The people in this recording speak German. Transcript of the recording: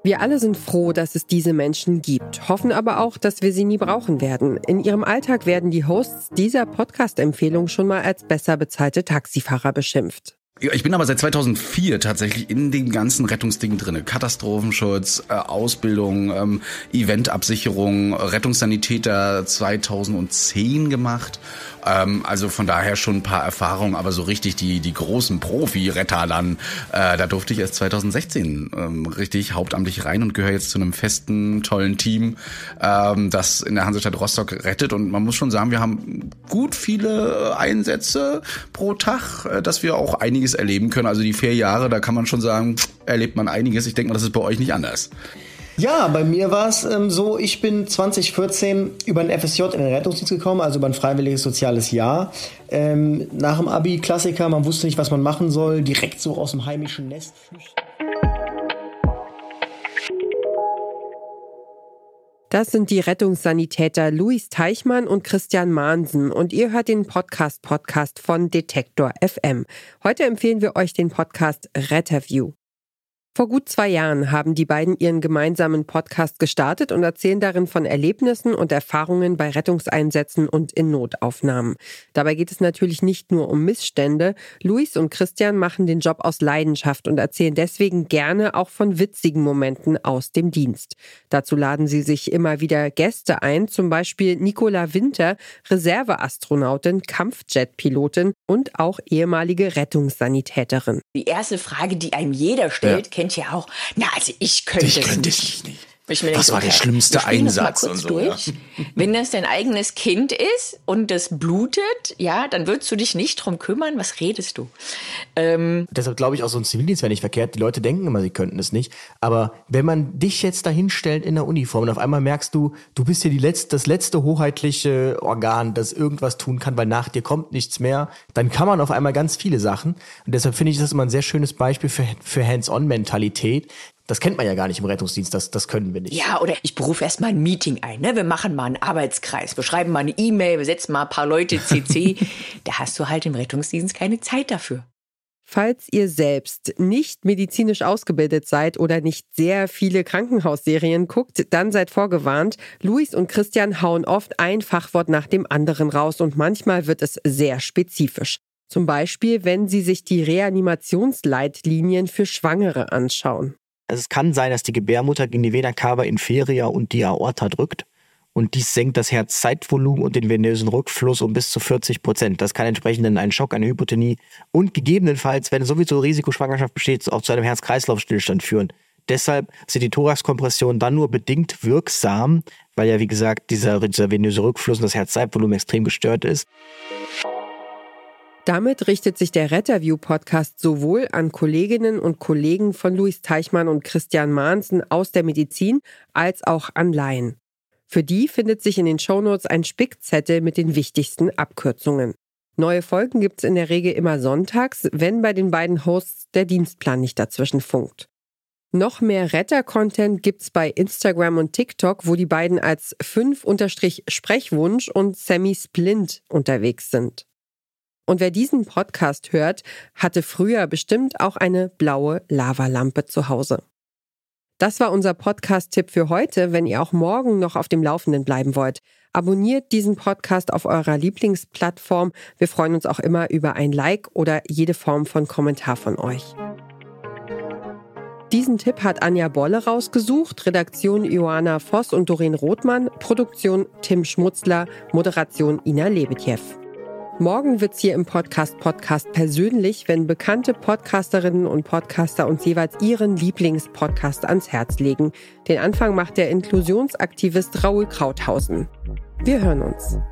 Wir alle sind froh, dass es diese Menschen gibt, hoffen aber auch, dass wir sie nie brauchen werden. In ihrem Alltag werden die Hosts dieser Podcast-Empfehlung schon mal als besser bezahlte Taxifahrer beschimpft. Ich bin aber seit 2004 tatsächlich in den ganzen Rettungsdingen drin. Katastrophenschutz, Ausbildung, Eventabsicherung, Rettungssanitäter 2010 gemacht. Also von daher schon ein paar Erfahrungen, aber so richtig die großen Profi-Retter dann, da durfte ich erst 2016 richtig hauptamtlich rein und gehöre jetzt zu einem festen, tollen Team, das in der Hansestadt Rostock rettet. Und man muss schon sagen, wir haben gut viele Einsätze pro Tag, dass wir auch einiges erleben können. Also die 4 Jahre, da kann man schon sagen, erlebt man einiges. Ich denke mal, das ist bei euch nicht anders. Ja, bei mir war es so, ich bin 2014 über den FSJ in den Rettungsdienst gekommen, also über ein freiwilliges soziales Jahr. Nach dem Abi, Klassiker, man wusste nicht, was man machen soll, direkt so aus dem heimischen Nest flüchten. Das sind die Rettungssanitäter Luis Teichmann und Christian Mahnsen und ihr hört den Podcast von Detektor FM. Heute empfehlen wir euch den Podcast Retterview. Vor gut 2 Jahren haben die beiden ihren gemeinsamen Podcast gestartet und erzählen darin von Erlebnissen und Erfahrungen bei Rettungseinsätzen und in Notaufnahmen. Dabei geht es natürlich nicht nur um Missstände. Luis und Christian machen den Job aus Leidenschaft und erzählen deswegen gerne auch von witzigen Momenten aus dem Dienst. Dazu laden sie sich immer wieder Gäste ein, zum Beispiel Nicola Winter, Reserveastronautin, Kampfjetpilotin und auch ehemalige Rettungssanitäterin. Die erste Frage, die einem jeder stellt, kennt ihr auch. Na, also ich könnte es nicht. Was war der schlimmste Einsatz und so? Durch. Ja. Wenn das dein eigenes Kind ist und das blutet, ja, dann würdest du dich nicht drum kümmern. Was redest du? Deshalb glaube ich auch, so ein Zivildienst wäre nicht verkehrt. Die Leute denken immer, sie könnten es nicht. Aber wenn man dich jetzt dahin stellt in der Uniform und auf einmal merkst du, du bist hier das letzte hoheitliche Organ, das irgendwas tun kann, weil nach dir kommt nichts mehr, dann kann man auf einmal ganz viele Sachen. Und deshalb finde ich das immer ein sehr schönes Beispiel für Hands-on-Mentalität. Das kennt man ja gar nicht im Rettungsdienst, das können wir nicht. Ja, oder ich berufe erst mal ein Meeting ein, ne? Wir machen mal einen Arbeitskreis, wir schreiben mal eine E-Mail, wir setzen mal ein paar Leute CC. Da hast du halt im Rettungsdienst keine Zeit dafür. Falls ihr selbst nicht medizinisch ausgebildet seid oder nicht sehr viele Krankenhausserien guckt, dann seid vorgewarnt. Luis und Christian hauen oft ein Fachwort nach dem anderen raus und manchmal wird es sehr spezifisch. Zum Beispiel, wenn sie sich die Reanimationsleitlinien für Schwangere anschauen. Es kann sein, dass die Gebärmutter gegen die Vena cava inferia und die Aorta drückt. Und dies senkt das Herzzeitvolumen und den venösen Rückfluss um bis zu 40%. Das kann entsprechend in einen Schock, eine Hypotonie und gegebenenfalls, wenn sowieso Risikoschwangerschaft besteht, auch zu einem Herz-Kreislauf-Stillstand führen. Deshalb sind die Thoraxkompressionen dann nur bedingt wirksam, weil ja, wie gesagt, dieser venöse Rückfluss und das Herzzeitvolumen extrem gestört ist. Damit richtet sich der Retterview-Podcast sowohl an Kolleginnen und Kollegen von Luis Teichmann und Christian Mahnsen aus der Medizin als auch an Laien. Für die findet sich in den Shownotes ein Spickzettel mit den wichtigsten Abkürzungen. Neue Folgen gibt's in der Regel immer sonntags, wenn bei den beiden Hosts der Dienstplan nicht dazwischen funkt. Noch mehr Retter-Content gibt's bei Instagram und TikTok, wo die beiden als 5_Sprechwunsch und Sammy Splint unterwegs sind. Und wer diesen Podcast hört, hatte früher bestimmt auch eine blaue Lavalampe zu Hause. Das war unser Podcast-Tipp für heute. Wenn ihr auch morgen noch auf dem Laufenden bleiben wollt, abonniert diesen Podcast auf eurer Lieblingsplattform. Wir freuen uns auch immer über ein Like oder jede Form von Kommentar von euch. Diesen Tipp hat Anja Bolle rausgesucht, Redaktion Johanna Voss und Doreen Rothmann, Produktion Tim Schmutzler, Moderation Ina Lebetjew. Morgen wird's hier im Podcast persönlich, wenn bekannte Podcasterinnen und Podcaster uns jeweils ihren Lieblingspodcast ans Herz legen. Den Anfang macht der Inklusionsaktivist Raoul Krauthausen. Wir hören uns.